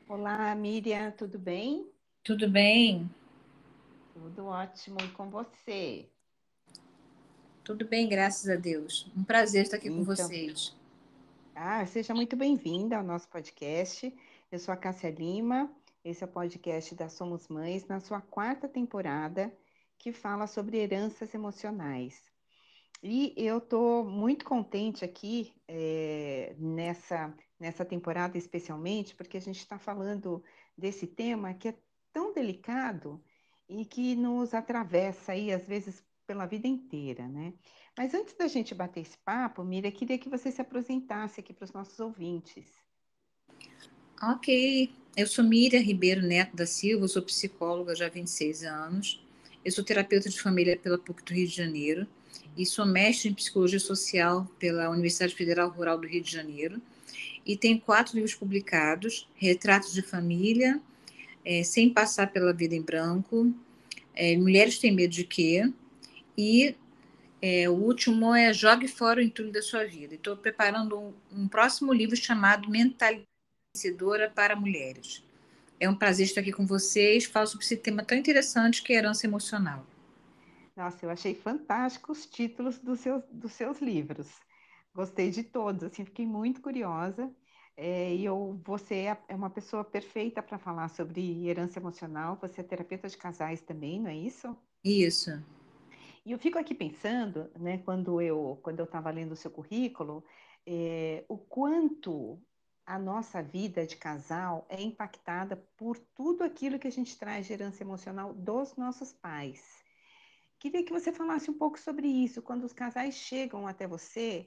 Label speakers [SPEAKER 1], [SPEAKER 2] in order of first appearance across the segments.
[SPEAKER 1] Olá, Miriam, tudo bem?
[SPEAKER 2] Tudo bem?
[SPEAKER 1] Tudo ótimo e com você?
[SPEAKER 2] Tudo bem, graças a Deus. Um prazer estar aqui com
[SPEAKER 1] Então,
[SPEAKER 2] vocês.
[SPEAKER 1] seja muito bem-vinda ao nosso podcast. Eu sou a Cássia Lima, esse é o podcast da Somos Mães, na sua quarta temporada, que fala sobre heranças emocionais. E eu estou muito contente aqui nessa temporada, especialmente, porque a gente está falando desse tema que é tão delicado e que nos atravessa aí, às vezes, pela vida inteira, né? Mas antes da gente bater esse papo, Mira, queria que você se apresentasse aqui para os nossos ouvintes.
[SPEAKER 2] Ok, eu sou Miriam Ribeiro Neto da Silva, sou psicóloga já há 26 anos. Eu sou terapeuta de família pela PUC do Rio de Janeiro e sou mestre em psicologia social pela Universidade Federal Rural do Rio de Janeiro. E tenho 4 livros publicados: Retratos de Família, Sem Passar pela Vida em Branco, Mulheres Têm Medo de Quê? E o último é Jogue Fora o Entulho da Sua Vida. Estou preparando um próximo livro chamado Mentalidade Vencedora para Mulheres. É um prazer estar aqui com vocês. Falo sobre esse tema tão interessante que é herança emocional.
[SPEAKER 1] Nossa, eu achei fantásticos os títulos dos seus livros. Gostei de todos, assim, fiquei muito curiosa. Você é uma pessoa perfeita para falar sobre herança emocional. Você é terapeuta de casais também, não é isso?
[SPEAKER 2] Isso.
[SPEAKER 1] E eu fico aqui pensando, né, quando eu estava lendo o seu currículo, o quanto a nossa vida de casal é impactada por tudo aquilo que a gente traz de herança emocional dos nossos pais. Queria que você falasse um pouco sobre isso. Quando os casais chegam até você,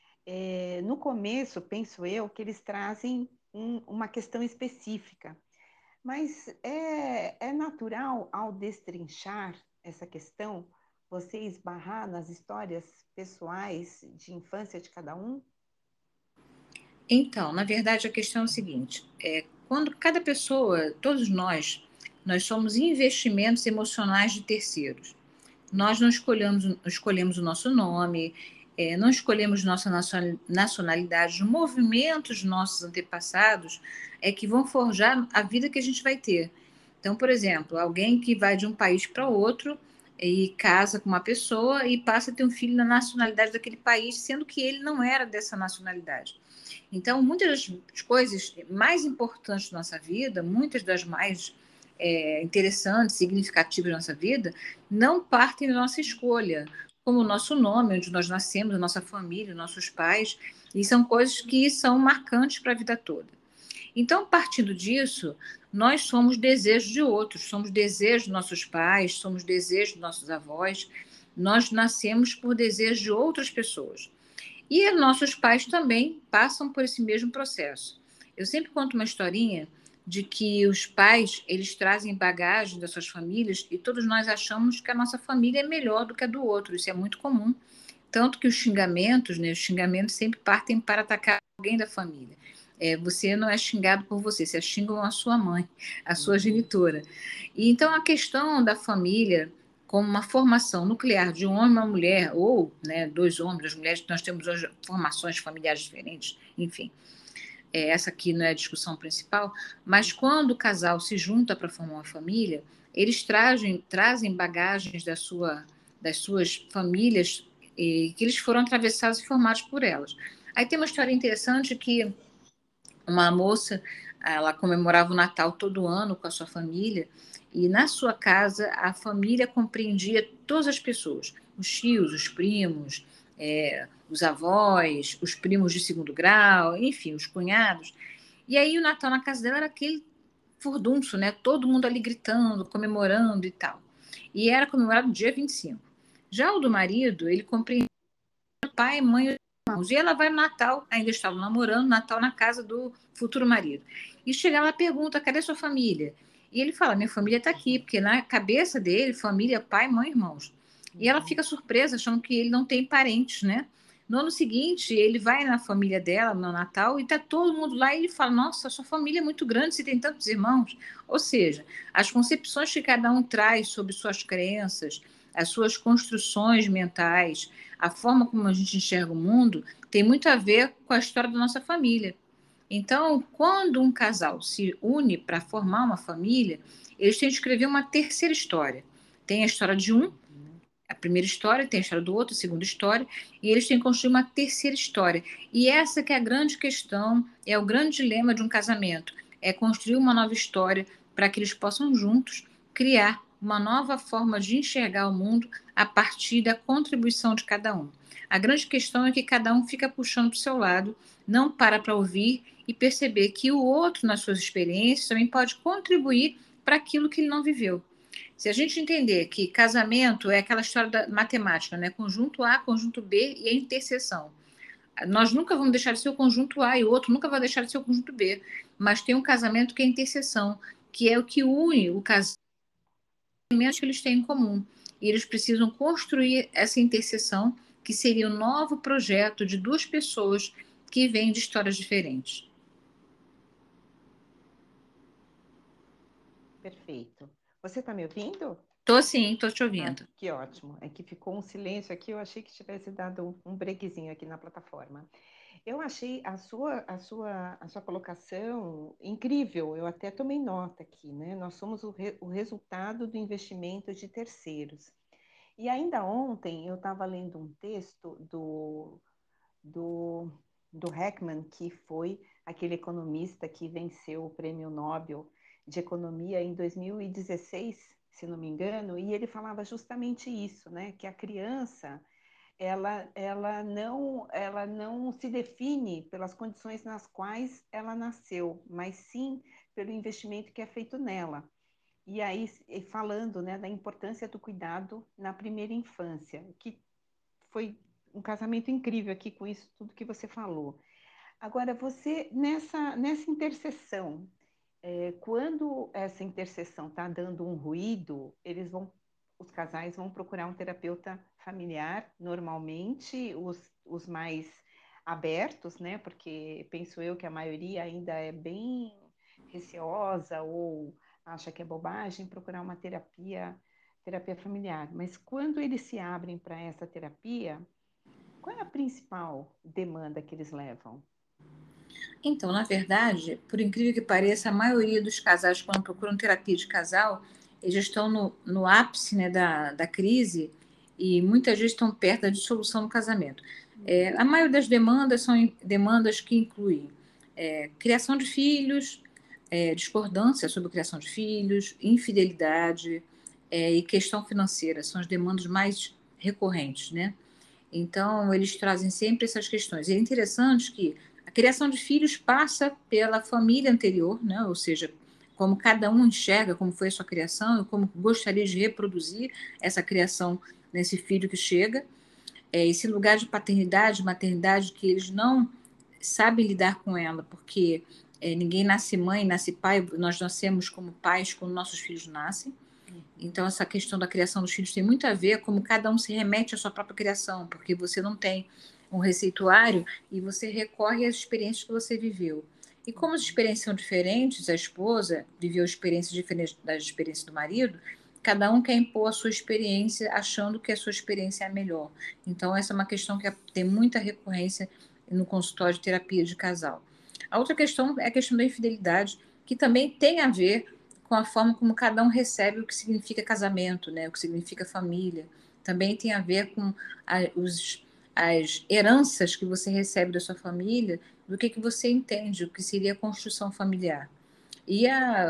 [SPEAKER 1] no começo, penso eu, que eles trazem uma questão específica. Mas é natural, ao destrinchar essa questão, você esbarrar nas histórias pessoais de infância de cada um?
[SPEAKER 2] Então, na verdade, a questão é o seguinte: quando cada pessoa, todos nós somos investimentos emocionais de terceiros. Nós não escolhemos o nosso nome, não escolhemos nossa nacionalidade, os movimentos dos nossos antepassados é que vão forjar a vida que a gente vai ter. Então, por exemplo, alguém que vai de um país para outro e casa com uma pessoa e passa a ter um filho na nacionalidade daquele país, sendo que ele não era dessa nacionalidade. Então, muitas das coisas mais importantes da nossa vida, muitas das mais interessantes, significativas da nossa vida, não partem da nossa escolha, como o nosso nome, onde nós nascemos, a nossa família, nossos pais, e são coisas que são marcantes para a vida toda. Então, partindo disso, nós somos desejos de outros, somos desejos dos nossos pais, somos desejos dos nossos avós, nós nascemos por desejos de outras pessoas. E nossos pais também passam por esse mesmo processo. Eu sempre conto uma historinha de que os pais, eles trazem bagagem das suas famílias e todos nós achamos que a nossa família é melhor do que a do outro. Isso é muito comum. Tanto que os xingamentos sempre partem para atacar alguém da família. Você não é xingado por você, você xingam a sua mãe, a sua
[SPEAKER 1] Uhum.
[SPEAKER 2] genitora. E então a questão da família como uma formação nuclear de um homem e uma mulher, ou né, dois homens, duas mulheres, nós temos hoje formações familiares diferentes, enfim, essa aqui não é a discussão principal, mas quando o casal se junta para formar uma família, eles trazem bagagens das suas famílias que eles foram atravessados e formados por elas. Aí tem uma história interessante que uma moça, ela comemorava o Natal todo ano com a sua família, e na sua casa a família compreendia todas as pessoas, os tios, os primos, os avós, os primos de segundo grau, enfim, os cunhados. E aí o Natal na casa dela era aquele furdunço, né? Todo mundo ali gritando, comemorando e tal. E era comemorado no dia 25. Já o do marido, ele compreendia pai, mãe e irmãos. E ela vai no Natal, ainda estavam namorando, Natal na casa do futuro marido. E chega ela pergunta: cadê sua família? E ele fala: minha família está aqui, porque na cabeça dele, família, pai, mãe, irmãos. E ela
[SPEAKER 1] Uhum.
[SPEAKER 2] fica surpresa, achando que ele não tem parentes, né? No ano seguinte, ele vai na família dela, no Natal, e tá todo mundo lá, e ele fala: nossa, sua família é muito grande, você tem tantos irmãos. Ou seja, as concepções que cada um traz sobre suas crenças, as suas construções mentais, a forma como a gente enxerga o mundo, tem muito a ver com a história da nossa família. Então, quando um casal se une para formar uma família, eles têm que escrever uma terceira história. Tem a história de um,
[SPEAKER 1] Uhum.
[SPEAKER 2] a primeira história, tem a história do outro, a segunda história, e eles têm que construir uma terceira história. E essa que é a grande questão, é o grande dilema de um casamento, é construir uma nova história para que eles possam juntos criar uma nova forma de enxergar o mundo a partir da contribuição de cada um. A grande questão é que cada um fica puxando para o seu lado, não para ouvir e perceber que o outro, nas suas experiências, também pode contribuir para aquilo que ele não viveu. Se a gente entender que casamento é aquela história da matemática, né? Conjunto A, conjunto B e a interseção. Nós nunca vamos deixar de ser o conjunto A e o outro nunca vai deixar de ser o conjunto B. Mas tem um casamento que é a interseção, que é o que une o casamento que eles têm em comum. E eles precisam construir essa interseção, que seria um novo projeto de duas pessoas que vêm de histórias diferentes.
[SPEAKER 1] Perfeito. Você está me ouvindo?
[SPEAKER 2] Tô sim, tô te
[SPEAKER 1] Ah,
[SPEAKER 2] ouvindo.
[SPEAKER 1] que ótimo. É que ficou um silêncio aqui, eu achei que tivesse dado um breakzinho aqui na plataforma. Eu achei a sua colocação incrível, eu até tomei nota aqui, né? Nós somos o resultado do investimento de terceiros. E ainda ontem eu estava lendo um texto do, do Heckman, que foi aquele economista que venceu o Prêmio Nobel de Economia em 2016, se não me engano, e ele falava justamente isso, né? Que a criança ela não se define pelas condições nas quais ela nasceu, mas sim pelo investimento que é feito nela. E aí, falando, né, da importância do cuidado na primeira infância, que foi um casamento incrível aqui com isso tudo que você falou. Agora, você, nessa interseção, quando essa interseção está dando um ruído, os casais vão procurar um terapeuta familiar, normalmente os mais abertos, né? Porque penso eu que a maioria ainda é bem receosa ou acha que é bobagem procurar uma terapia familiar. Mas quando eles se abrem para essa terapia, qual é a principal demanda que eles levam?
[SPEAKER 2] Então, na verdade, por incrível que pareça, a maioria dos casais, quando procuram terapia de casal, eles já estão no ápice, né, da crise e muitas vezes estão perto da dissolução do casamento. A maioria das demandas são demandas que incluem criação de filhos, discordância sobre a criação de filhos, infidelidade e questão financeira. São as demandas mais recorrentes, né? Então, eles trazem sempre essas questões. E é interessante que a criação de filhos passa pela família anterior, né? Ou seja, como cada um enxerga como foi a sua criação e como gostaria de reproduzir essa criação nesse filho que chega. Esse lugar de paternidade, maternidade, que eles não sabem lidar com ela, porque ninguém nasce mãe, nasce pai, nós nascemos como pais quando nossos filhos nascem. Então, essa questão da criação dos filhos tem muito a ver como cada um se remete à sua própria criação, porque você não tem um receituário e você recorre às experiências que você viveu. E como as experiências são diferentes, a esposa viveu experiências diferentes das experiências do marido, cada um quer impor a sua experiência achando que a sua experiência é a melhor. Então, essa é uma questão que tem muita recorrência no consultório de terapia de casal. A outra questão é a questão da infidelidade, que também tem a ver com a forma como cada um recebe o que significa casamento, né? O que significa família. Também tem a ver com as heranças que você recebe da sua família, do que você entende, o que seria a construção familiar. E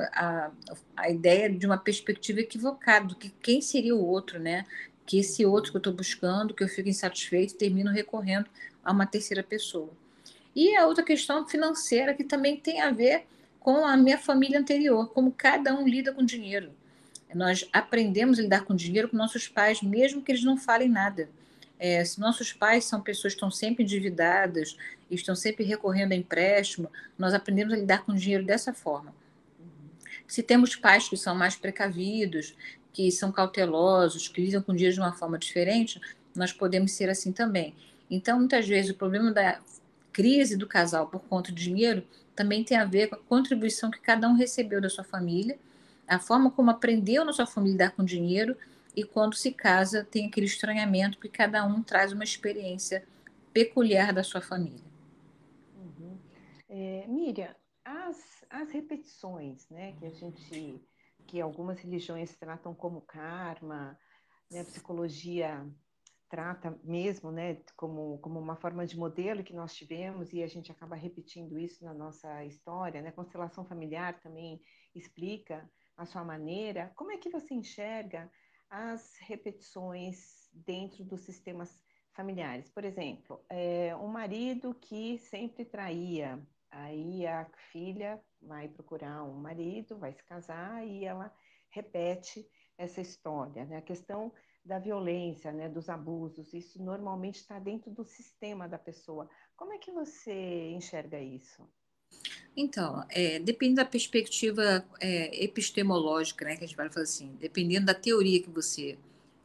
[SPEAKER 2] a ideia de uma perspectiva equivocada, do que quem seria o outro, né? Que esse outro que eu estou buscando, que eu fico insatisfeito, termino recorrendo a uma terceira pessoa. E a outra questão financeira, que também tem a ver com a minha família anterior, como cada um lida com dinheiro. Nós aprendemos a lidar com dinheiro com nossos pais, mesmo que eles não falem nada. Se nossos pais são pessoas que estão sempre endividadas, estão sempre recorrendo a empréstimo, nós aprendemos a lidar com dinheiro dessa forma. Se temos pais que são mais precavidos, que são cautelosos, que lidam com dinheiro de uma forma diferente, nós podemos ser assim também. Então, muitas vezes, o problema da crise do casal por conta do dinheiro também tem a ver com a contribuição que cada um recebeu da sua família, a forma como aprendeu na sua família a lidar com dinheiro e quando se casa tem aquele estranhamento porque cada um traz uma experiência peculiar da sua família.
[SPEAKER 1] Uhum. Miriam, as repetições, né, que algumas religiões tratam como karma, né, a psicologia trata mesmo, né, como uma forma de modelo que nós tivemos e a gente acaba repetindo isso na nossa história, né? Constelação familiar também explica a sua maneira. Como é que você enxerga as repetições dentro dos sistemas familiares? Por exemplo, um marido que sempre traía, aí a filha vai procurar um marido, vai se casar e ela repete essa história, né? A questão da violência, né, dos abusos, isso normalmente está dentro do sistema da pessoa. Como é que você enxerga isso?
[SPEAKER 2] Então, depende da perspectiva epistemológica, né, que a gente vai falar assim, dependendo da teoria que você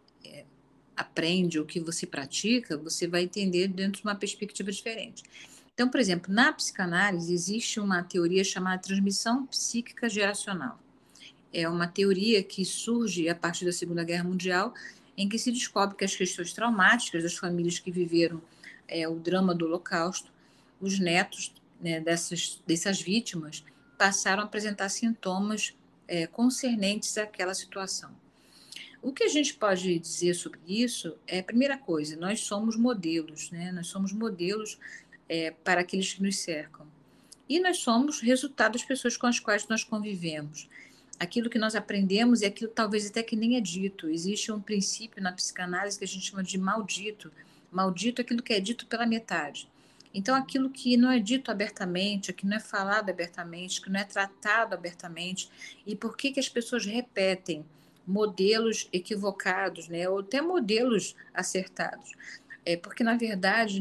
[SPEAKER 2] aprende ou que você pratica, você vai entender dentro de uma perspectiva diferente. Então, por exemplo, na psicanálise existe uma teoria chamada transmissão psíquica geracional. É uma teoria que surge a partir da Segunda Guerra Mundial, em que se descobre que as questões traumáticas das famílias que viveram o drama do Holocausto, os netos, né, dessas vítimas passaram a apresentar sintomas concernentes àquela situação. O que a gente pode dizer sobre isso é, a primeira coisa, nós somos modelos, né? Nós somos modelos para aqueles que nos cercam. E nós somos resultado das pessoas com as quais nós convivemos. Aquilo que nós aprendemos e aquilo talvez até que nem é dito. Existe um princípio na psicanálise que a gente chama de maldito. Maldito é aquilo que é dito pela metade. Então, aquilo que não é dito abertamente, que não é falado abertamente, que não é tratado abertamente, e por que as pessoas repetem modelos equivocados, né? Ou até modelos acertados. Porque, na verdade,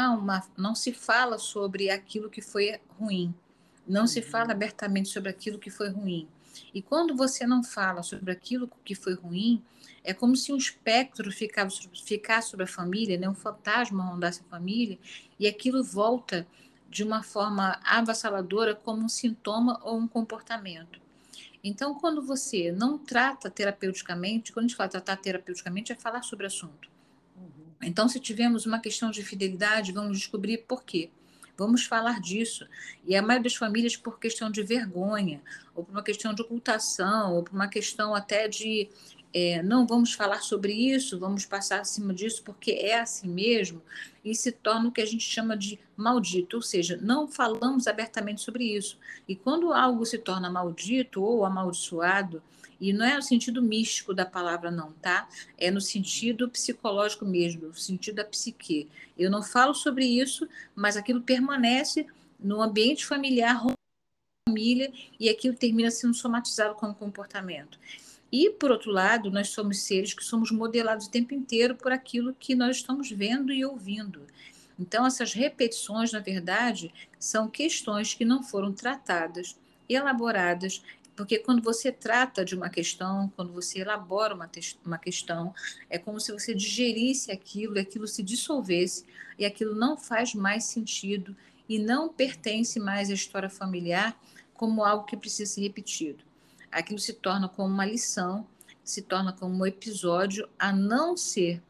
[SPEAKER 2] não se fala sobre aquilo que foi ruim, não se fala abertamente sobre aquilo que foi ruim. E quando você não fala sobre aquilo que foi ruim, é como se um espectro ficasse sobre a família, né? Um fantasma rondasse a família, e aquilo volta de uma forma avassaladora como um sintoma ou um comportamento. Então, quando você não trata terapeuticamente, quando a gente fala tratar terapeuticamente, é falar sobre o assunto.
[SPEAKER 1] Uhum.
[SPEAKER 2] Então, se tivermos uma questão de fidelidade, vamos descobrir por quê. Vamos falar disso. E a maioria das famílias, por questão de vergonha, ou por uma questão de ocultação, ou por uma questão até de não vamos falar sobre isso, vamos passar acima disso porque é assim mesmo, e se torna o que a gente chama de maldito, ou seja, não falamos abertamente sobre isso. E quando algo se torna maldito ou amaldiçoado, e não é no sentido místico da palavra, não, tá? É no sentido psicológico mesmo, no sentido da psique. Eu não falo sobre isso, mas aquilo permanece no ambiente familiar, família, e aquilo termina sendo somatizado como comportamento. E, por outro lado, nós somos seres que somos modelados o tempo inteiro por aquilo que nós estamos vendo e ouvindo. Então, essas repetições, na verdade, são questões que não foram tratadas, elaboradas, porque quando você trata de uma questão, quando você elabora uma questão, é como se você digerisse aquilo, e aquilo se dissolvesse, e aquilo não faz mais sentido e não pertence mais à história familiar como algo que precisa ser repetido. Aquilo se torna como uma lição, se torna como um episódio a não ser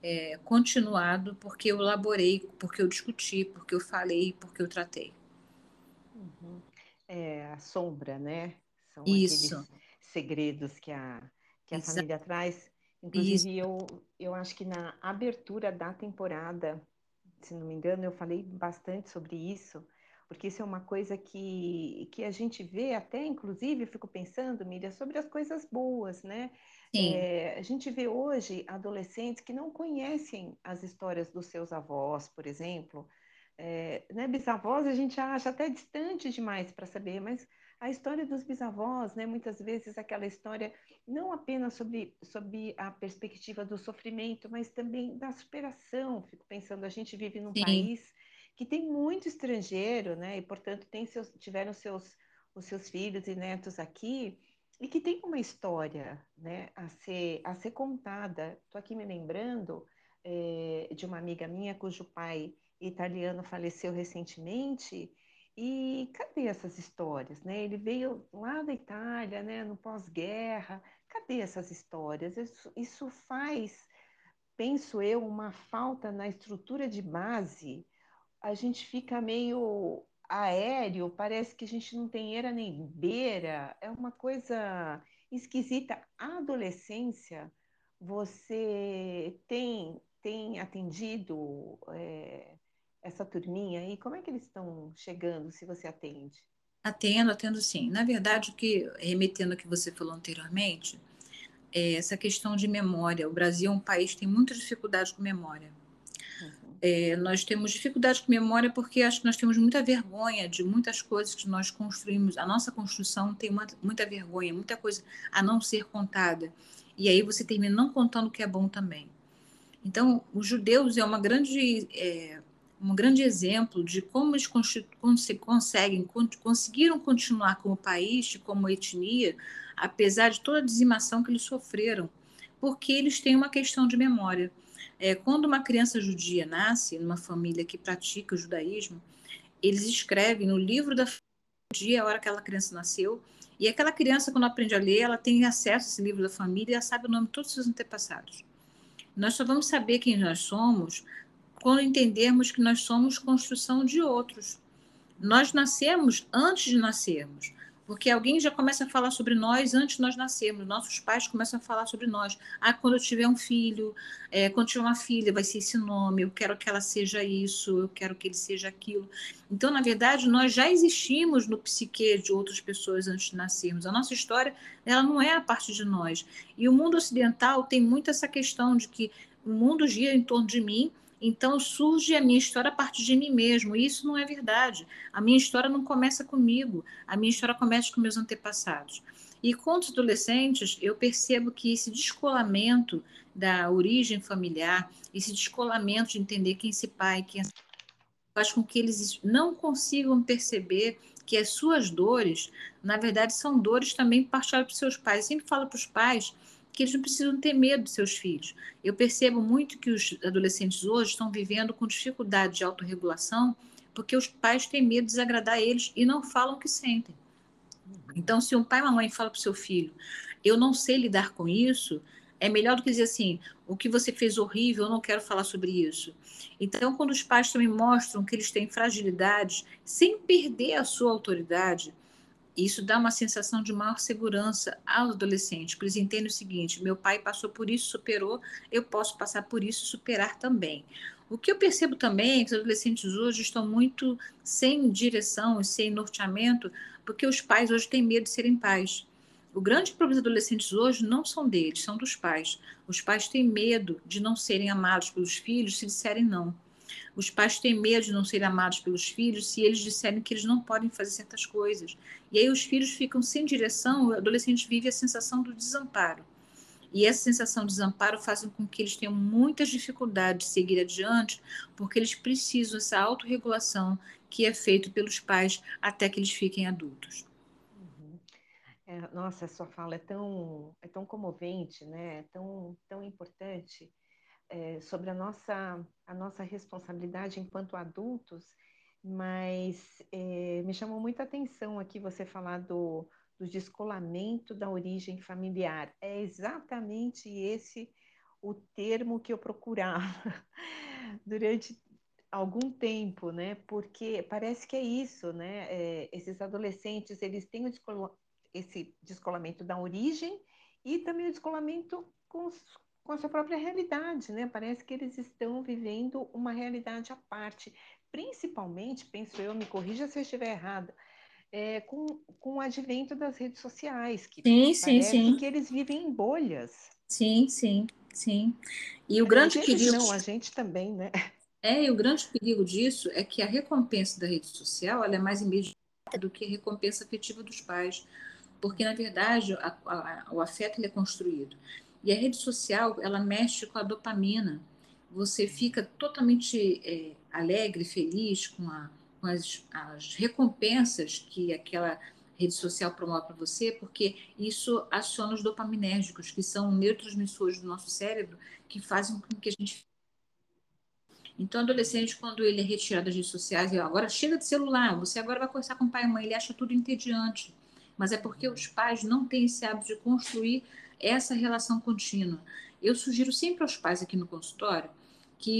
[SPEAKER 2] continuado porque eu elaborei, porque eu discuti, porque eu falei, porque eu tratei.
[SPEAKER 1] Uhum. É a sombra, né? São
[SPEAKER 2] Isso,
[SPEAKER 1] aqueles segredos que a
[SPEAKER 2] exa
[SPEAKER 1] família traz.
[SPEAKER 2] isso,
[SPEAKER 1] Inclusive, eu acho que na abertura da temporada, se não me engano, eu falei bastante sobre isso, porque isso é uma coisa que a gente vê até, inclusive, eu fico pensando, Miriam, sobre as coisas boas, né?
[SPEAKER 2] sim,
[SPEAKER 1] A gente vê hoje adolescentes que não conhecem as histórias dos seus avós, por exemplo, né, bisavós a gente acha até distante demais para saber, mas a história dos bisavós, né, muitas vezes aquela história não apenas sobre a perspectiva do sofrimento, mas também da superação. Fico pensando, a gente vive num
[SPEAKER 2] sim,
[SPEAKER 1] país que tem muito estrangeiro, né, e portanto tiveram os seus filhos e netos aqui, e que tem uma história, né, a ser contada. Estou aqui me lembrando de uma amiga minha cujo pai italiano faleceu recentemente. E cadê essas histórias, né? Ele veio lá da Itália, né, no pós-guerra. Cadê essas histórias? Isso faz, penso eu, uma falta na estrutura de base. A gente fica meio aéreo, parece que a gente não tem eira nem beira, é uma coisa esquisita. A adolescência, você tem atendido essa turminha aí? Como é que eles estão chegando, se você atende?
[SPEAKER 2] Atendo sim. Na verdade, o que, remetendo ao que você falou anteriormente, é essa questão de memória. O Brasil é um país que tem muita dificuldade com memória.
[SPEAKER 1] Uhum.
[SPEAKER 2] Nós temos dificuldade com memória porque acho que nós temos muita vergonha de muitas coisas que nós construímos. A nossa construção tem muita vergonha, muita coisa a não ser contada. E aí você termina não contando o que é bom também. Então, os judeus um grande exemplo de como eles conseguiram continuar como país, como etnia, apesar de toda a dizimação que eles sofreram, porque eles têm uma questão de memória. Quando uma criança judia nasce numa família que pratica o judaísmo, eles escrevem no livro da dia, a hora que aquela criança nasceu, e aquela criança, quando aprende a ler, ela tem acesso a esse livro da família e ela sabe o nome de todos os seus antepassados. Nós só vamos saber quem nós somos quando entendermos que nós somos construção de outros. Nós nascemos antes de nascermos, porque alguém já começa a falar sobre nós antes de nós nascermos. Nossos pais começam a falar sobre nós. Quando eu tiver um filho, quando eu tiver uma filha, vai ser esse nome, eu quero que ela seja isso, eu quero que ele seja aquilo. Então, na verdade, nós já existimos no psique de outras pessoas antes de nascermos. A nossa história, ela não é a parte de nós. E o mundo ocidental tem muito essa questão de que o mundo gira em torno de mim, então surge a minha história a partir de mim mesmo. E isso não é verdade. A minha história não começa comigo, a minha história começa com meus antepassados. E com os adolescentes, eu percebo que esse descolamento da origem familiar, esse descolamento de entender quem é esse pai, quem é, faz com que eles não consigam perceber que as suas dores, na verdade, são dores também partilhadas por seus pais. Eu sempre falo para os pais que eles não precisam ter medo de seus filhos. Eu percebo muito que os adolescentes hoje estão vivendo com dificuldade de autorregulação porque os pais têm medo de desagradar eles e não falam o que sentem. Então, se um pai e uma mãe falam para o seu filho, eu não sei lidar com isso, é melhor do que dizer assim, o que você fez horrível, eu não quero falar sobre isso. Então, quando os pais também mostram que eles têm fragilidades, sem perder a sua autoridade, isso dá uma sensação de maior segurança aos adolescentes, porque eles entendem o seguinte: meu pai passou por isso, superou, eu posso passar por isso e superar também. O que eu percebo também é que os adolescentes hoje estão muito sem direção e sem norteamento, porque os pais hoje têm medo de serem pais. O grande problema dos adolescentes hoje não são deles, são dos pais. Os pais têm medo de não serem amados pelos filhos se disserem não. Os pais têm medo de não serem amados pelos filhos se eles disserem que eles não podem fazer certas coisas. E aí os filhos ficam sem direção, o adolescente vive a sensação do desamparo. E essa sensação de desamparo faz com que eles tenham muitas dificuldades de seguir adiante, porque eles precisam dessa autorregulação que é feita pelos pais até que eles fiquem adultos.
[SPEAKER 1] Uhum. Nossa, a sua fala é tão comovente, né? Tão importante sobre a nossa responsabilidade enquanto adultos, mas me chamou muita atenção aqui você falar do descolamento da origem familiar. É exatamente esse o termo que eu procurava durante algum tempo, né? Porque parece que é isso, né? Esses adolescentes, eles têm esse descolamento da origem e também o descolamento com a sua própria realidade, né? Parece que eles estão vivendo uma realidade à parte, principalmente, penso eu, me corrija se eu estiver errada, com o advento das redes sociais, que
[SPEAKER 2] Sim, sim,
[SPEAKER 1] parece
[SPEAKER 2] sim.
[SPEAKER 1] que eles vivem em bolhas.
[SPEAKER 2] Sim, sim, sim. E o
[SPEAKER 1] Aliás,
[SPEAKER 2] grande
[SPEAKER 1] eles
[SPEAKER 2] perigo
[SPEAKER 1] não, a gente também, né?
[SPEAKER 2] e o grande perigo disso é que a recompensa da rede social ela é mais imediata do que a recompensa afetiva dos pais, porque na verdade o afeto ele é construído. E a rede social ela mexe com a dopamina. Você fica totalmente alegre, feliz com as recompensas que aquela rede social promove para você, porque isso aciona os dopaminérgicos, que são neurotransmissores do nosso cérebro que fazem com que a gente. Então, o adolescente, quando ele é retirado das redes sociais, e agora chega de celular, você agora vai conversar com o pai e mãe, ele acha tudo entediante. Mas é porque os pais não têm esse hábito de construir essa relação contínua. Eu sugiro sempre aos pais aqui no consultório que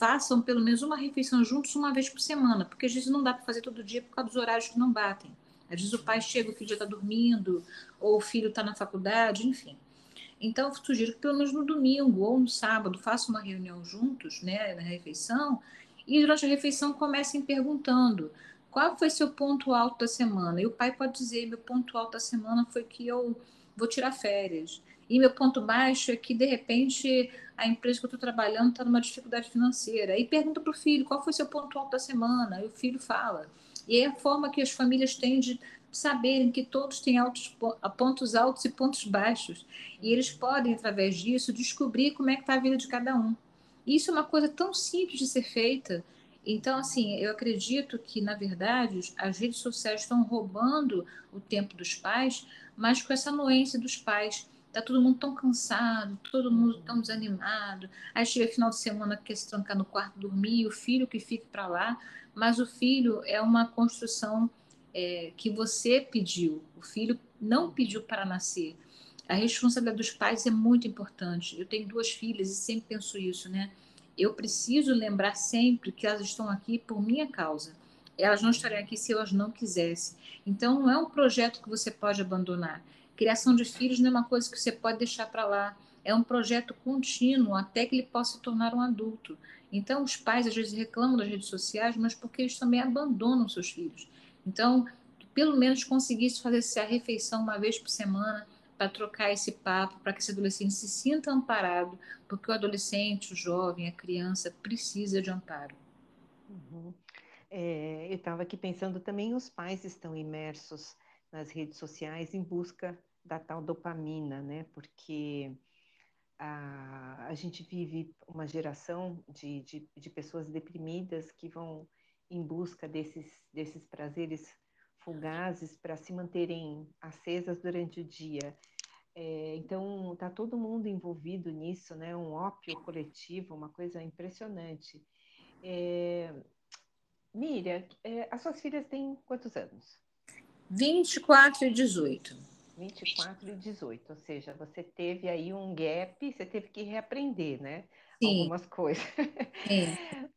[SPEAKER 2] façam pelo menos uma refeição juntos uma vez por semana, porque às vezes não dá para fazer todo dia por causa dos horários que não batem. Às vezes o pai chega, o filho já está dormindo, ou o filho está na faculdade, enfim. Então, eu sugiro que pelo menos no domingo ou no sábado façam uma reunião juntos, né, na refeição, e durante a refeição comecem perguntando qual foi seu ponto alto da semana. E o pai pode dizer: meu ponto alto da semana foi que eu vou tirar férias. E meu ponto baixo é que, de repente, a empresa que eu estou trabalhando está numa dificuldade financeira. E pergunta para o filho qual foi seu ponto alto da semana. E o filho fala. E é a forma que as famílias têm de saberem que todos têm pontos altos e pontos baixos. E eles podem, através disso, descobrir como é que está a vida de cada um. Isso é uma coisa tão simples de ser feita. Então, assim, eu acredito que, na verdade, as redes sociais estão roubando o tempo dos pais, mas com essa anuência dos pais. Está todo mundo tão cansado, todo mundo tão desanimado. Aí chega final de semana, quer se trancar no quarto, dormir, o filho que fique para lá. Mas o filho é uma construção que você pediu. O filho não pediu para nascer. A responsabilidade dos pais é muito importante. Eu tenho 2 filhas e sempre penso isso, né? Eu preciso lembrar sempre que elas estão aqui por minha causa. Elas não estariam aqui se elas não quisessem. Então, não é um projeto que você pode abandonar. Criação de filhos não é uma coisa que você pode deixar para lá. É um projeto contínuo até que ele possa se tornar um adulto. Então, os pais às vezes reclamam das redes sociais, mas porque eles também abandonam seus filhos. Então, pelo menos conseguisse fazer essa refeição uma vez por semana para trocar esse papo, para que esse adolescente se sinta amparado, porque o adolescente, o jovem, a criança precisa de amparo.
[SPEAKER 1] Uhum. Eu estava aqui pensando também, os pais estão imersos nas redes sociais em busca da tal dopamina, né? Porque a gente vive uma geração de pessoas deprimidas que vão em busca desses prazeres fugazes para se manterem acesas durante o dia. Então, está todo mundo envolvido nisso, né? Um ópio coletivo, uma coisa impressionante. É, Miriam, as suas filhas têm quantos anos?
[SPEAKER 2] 24 e 18.
[SPEAKER 1] 24 e 18, ou seja, você teve aí um gap, você teve que reaprender, né?
[SPEAKER 2] Sim,
[SPEAKER 1] Algumas coisas.
[SPEAKER 2] sim.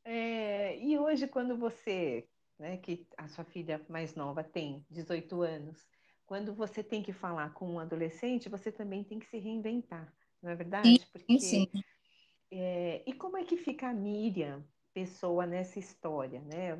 [SPEAKER 1] E hoje, quando você, né, que a sua filha mais nova tem 18 anos, quando você tem que falar com um adolescente, você também tem que se reinventar, não é
[SPEAKER 2] Sim,
[SPEAKER 1] verdade?
[SPEAKER 2] sim.
[SPEAKER 1] Porque, e como é que fica a Miriam, pessoa, nessa história, né?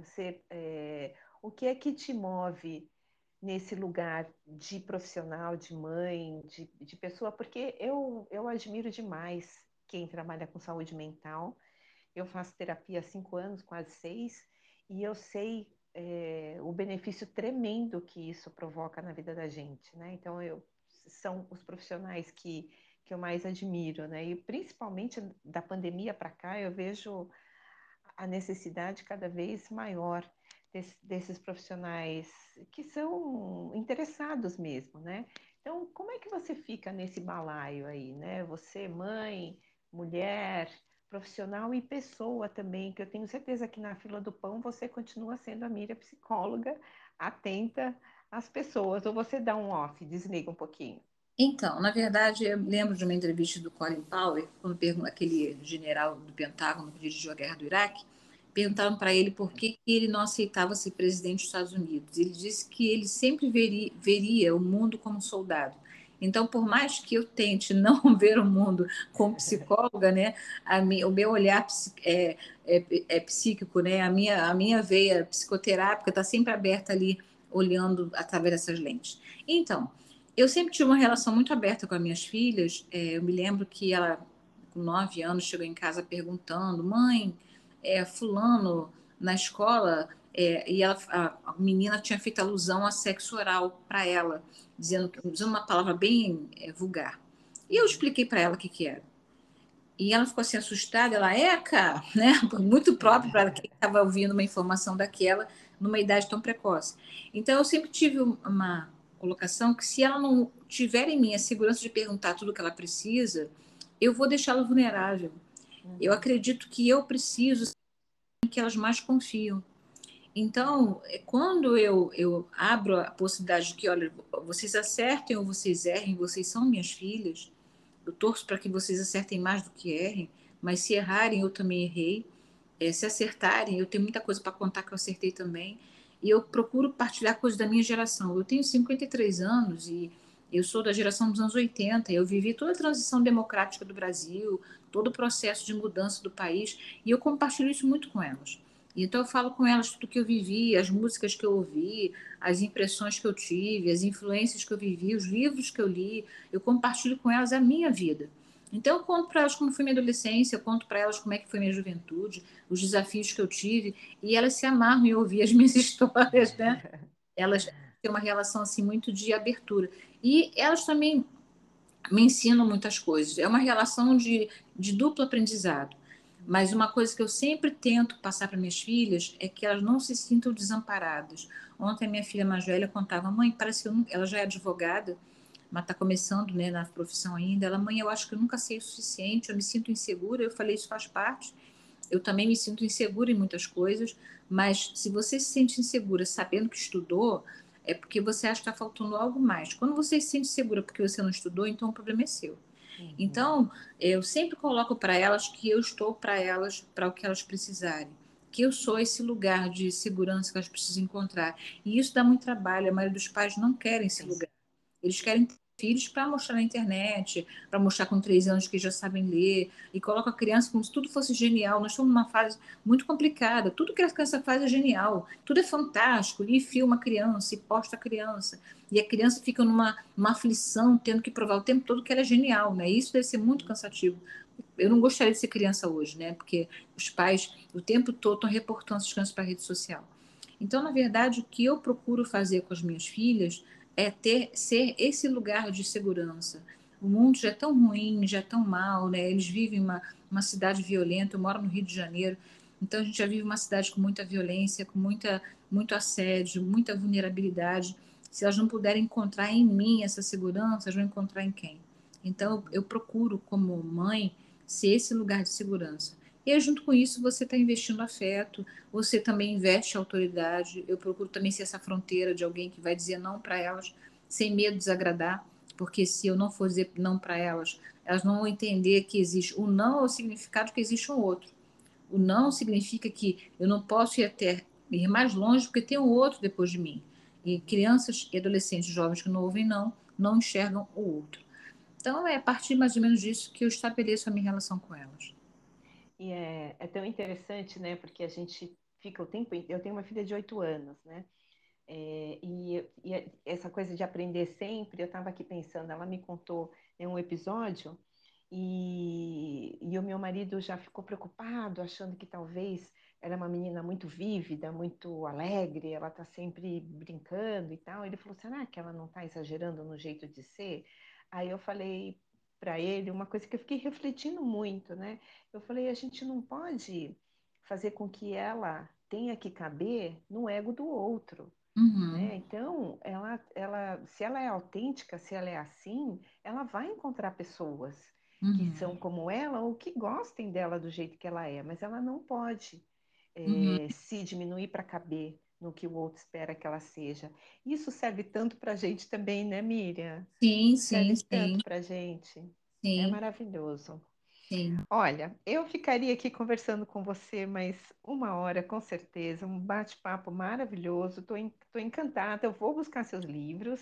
[SPEAKER 1] O que é que te move nesse lugar de profissional, de mãe, de pessoa, porque eu admiro demais quem trabalha com saúde mental. Eu faço terapia há 5 anos, quase 6, e eu sei o benefício tremendo que isso provoca na vida da gente, né? Então, são os profissionais que eu mais admiro, né? E principalmente da pandemia para cá, eu vejo a necessidade cada vez maior desses profissionais que são interessados mesmo, né? Então, como é que você fica nesse balaio aí, né? Você, mãe, mulher, profissional e pessoa também, que eu tenho certeza que na fila do pão você continua sendo a Miriam psicóloga, atenta às pessoas, ou você dá um off, desliga um pouquinho.
[SPEAKER 2] Então, na verdade, eu lembro de uma entrevista do Colin Powell, quando aquele general do Pentágono que dirigiu a guerra do Iraque, perguntaram para ele por que ele não aceitava ser presidente dos Estados Unidos. Ele disse que ele sempre veria o mundo como soldado. Então, por mais que eu tente não ver o mundo como psicóloga, né, o meu olhar é psíquico, né, a minha veia psicoterápica está sempre aberta ali, olhando através dessas lentes. Então, eu sempre tive uma relação muito aberta com as minhas filhas. Eu me lembro que ela, com 9 anos, chegou em casa perguntando: mãe, fulano na escola, e a menina tinha feito alusão a sexo oral para ela, usando uma palavra bem vulgar. E eu
[SPEAKER 1] Uhum.
[SPEAKER 2] expliquei para ela o que era. E ela ficou assim assustada, ela, Eca, né? Muito próprio para quem estava ouvindo uma informação daquela numa idade tão precoce. Então, eu sempre tive uma colocação que se ela não tiver em mim a segurança de perguntar tudo o que ela precisa, eu vou deixá-la vulnerável. Eu
[SPEAKER 1] Uhum.
[SPEAKER 2] acredito que eu preciso em que elas mais confiam. Então, quando eu abro a possibilidade de que, olha, vocês acertem ou vocês errem, vocês são minhas filhas, eu torço para que vocês acertem mais do que errem, mas se errarem, eu também errei. se acertarem, eu tenho muita coisa para contar que eu acertei também, e eu procuro partilhar coisas da minha geração. Eu tenho 53 anos e eu sou da geração dos anos 80, eu vivi toda a transição democrática do Brasil, todo o processo de mudança do país, e eu compartilho isso muito com elas. Então eu falo com elas tudo que eu vivi, as músicas que eu ouvi, as impressões que eu tive, as influências que eu vivi, os livros que eu li, eu compartilho com elas a minha vida. Então eu conto para elas como foi minha adolescência, eu conto para elas como é que foi minha juventude, os desafios que eu tive, e elas se amarram em ouvir as minhas histórias, né? Elas têm uma relação assim muito de abertura. E elas também me ensinam muitas coisas. É uma relação de duplo aprendizado. Mas uma coisa que eu sempre tento passar para minhas filhas é que elas não se sintam desamparadas. Ontem a minha filha mais velha contava, mãe, parece que ela já é advogada, mas está começando, né, na profissão ainda. Ela, mãe, eu acho que eu nunca sei o suficiente, eu me sinto insegura. Eu falei, isso faz parte. Eu também me sinto insegura em muitas coisas, mas se você se sente insegura sabendo que estudou, é porque você acha que está faltando algo mais. Quando você se sente segura porque você não estudou, então o problema é seu.
[SPEAKER 1] Uhum.
[SPEAKER 2] Então, eu sempre coloco para elas que eu estou para elas, para o que elas precisarem. Que eu sou esse lugar de segurança que elas precisam encontrar. E isso dá muito trabalho. A maioria dos pais não querem esse
[SPEAKER 1] Sim.
[SPEAKER 2] lugar. Eles querem ter filhos para mostrar na internet, para mostrar com 3 anos que já sabem ler, e coloca a criança como se tudo fosse genial. Nós estamos numa fase muito complicada. Tudo que a criança faz é genial, tudo é fantástico. E filma a criança, e posta a criança. E a criança fica numa aflição, tendo que provar o tempo todo que ela é genial, né? Isso deve ser muito cansativo. Eu não gostaria de ser criança hoje, né? Porque os pais o tempo todo estão reportando essas crianças para a rede social. Então, na verdade, o que eu procuro fazer com as minhas filhas é ser esse lugar de segurança. O mundo já é tão ruim, já é tão mal, né? Eles vivem uma cidade violenta. Eu moro no Rio de Janeiro, então a gente já vive uma cidade com muita violência, com muito assédio, muita vulnerabilidade. Se elas não puderem encontrar em mim essa segurança, elas vão encontrar em quem? Então eu procuro, como mãe, ser esse lugar de segurança. E aí, junto com isso, você está investindo afeto, você também investe autoridade. Eu procuro também ser essa fronteira de alguém que vai dizer não para elas, sem medo de desagradar, porque se eu não for dizer não para elas, elas não vão entender que existe o não é o significado que existe um outro. O não significa que eu não posso ir mais longe porque tem um outro depois de mim. E crianças e adolescentes jovens que não ouvem não enxergam o outro. Então, é a partir mais ou menos disso que eu estabeleço a minha relação com elas.
[SPEAKER 1] E é tão interessante, né? Porque a gente fica o tempo. Eu tenho uma filha de 8 anos, né? E essa coisa de aprender sempre, eu estava aqui pensando, ela me contou em um episódio e o meu marido já ficou preocupado, achando que talvez ela é uma menina muito vívida, muito alegre, ela está sempre brincando e tal. Ele falou, será que ela não está exagerando no jeito de ser? Aí eu falei para ele uma coisa que eu fiquei refletindo muito, né? Eu falei, a gente não pode fazer com que ela tenha que caber no ego do outro,
[SPEAKER 2] Uhum,
[SPEAKER 1] né? Então, se ela é autêntica, se ela é assim, ela vai encontrar pessoas que
[SPEAKER 2] uhum,
[SPEAKER 1] são como ela ou que gostem dela do jeito que ela é, mas ela não pode
[SPEAKER 2] uhum.
[SPEAKER 1] se diminuir para caber no que o outro espera que ela seja. Isso serve tanto para a gente também, né, Miriam?
[SPEAKER 2] Sim, sim,
[SPEAKER 1] Serve
[SPEAKER 2] sim,
[SPEAKER 1] tanto para a gente. É
[SPEAKER 2] sim,
[SPEAKER 1] maravilhoso.
[SPEAKER 2] sim.
[SPEAKER 1] Olha, eu ficaria aqui conversando com você mais uma hora, com certeza, um bate-papo maravilhoso. Tô encantada. Eu vou buscar seus livros.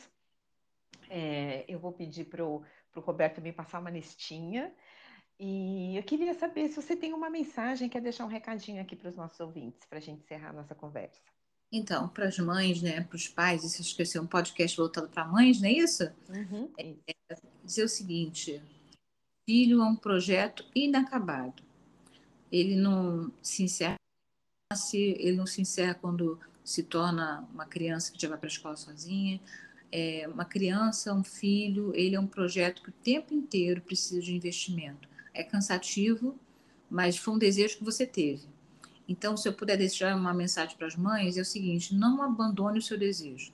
[SPEAKER 1] Eu vou pedir pro Roberto me passar uma listinha. E eu queria saber se você tem uma mensagem, quer deixar um recadinho aqui para os nossos ouvintes, para a gente encerrar a nossa conversa.
[SPEAKER 2] Então, para as mães, né, para os pais, isso acho que esse é um podcast voltado para mães, não é isso?
[SPEAKER 1] Uhum, isso.
[SPEAKER 2] Dizer o seguinte: filho é um projeto inacabado. Ele não se encerra, ele não se encerra quando se torna uma criança que já vai para a escola sozinha. Uma criança, um filho, ele é um projeto que o tempo inteiro precisa de investimento. É cansativo, mas foi um desejo que você teve. Então, se eu puder deixar uma mensagem para as mães, é o seguinte: não abandone o seu desejo.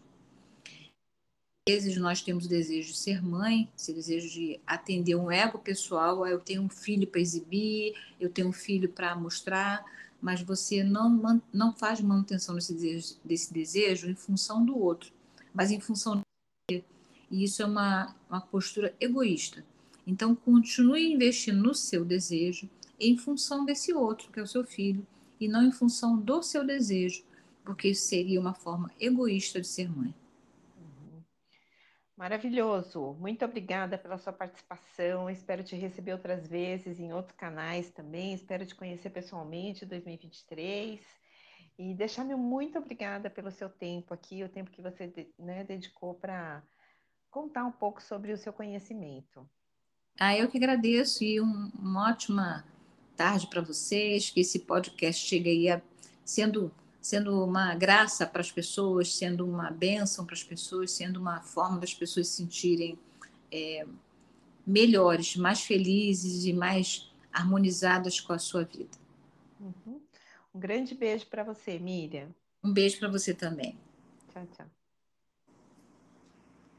[SPEAKER 2] Às vezes nós temos o desejo de ser mãe, esse desejo de atender um ego pessoal, eu tenho um filho para exibir, eu tenho um filho para mostrar, mas você não faz manutenção desse desejo em função do outro, mas em função. E isso é uma postura egoísta. Então, continue investindo no seu desejo em função desse outro, que é o seu filho, e não em função do seu desejo, porque isso seria uma forma egoísta de ser mãe.
[SPEAKER 1] Uhum. Maravilhoso. Muito obrigada pela sua participação. Espero te receber outras vezes em outros canais também. Espero te conhecer pessoalmente em 2023. E deixar meu muito obrigada pelo seu tempo aqui, o tempo que você, né, dedicou para contar um pouco sobre o seu conhecimento.
[SPEAKER 2] Eu que agradeço e uma ótima tarde para vocês, que esse podcast chegue aí sendo, sendo uma graça para as pessoas, sendo uma bênção para as pessoas, sendo uma forma das pessoas se sentirem melhores, mais felizes e mais harmonizadas com a sua vida.
[SPEAKER 1] Uhum. Um grande beijo para você, Miriam.
[SPEAKER 2] Um beijo para você também.
[SPEAKER 1] Tchau, tchau.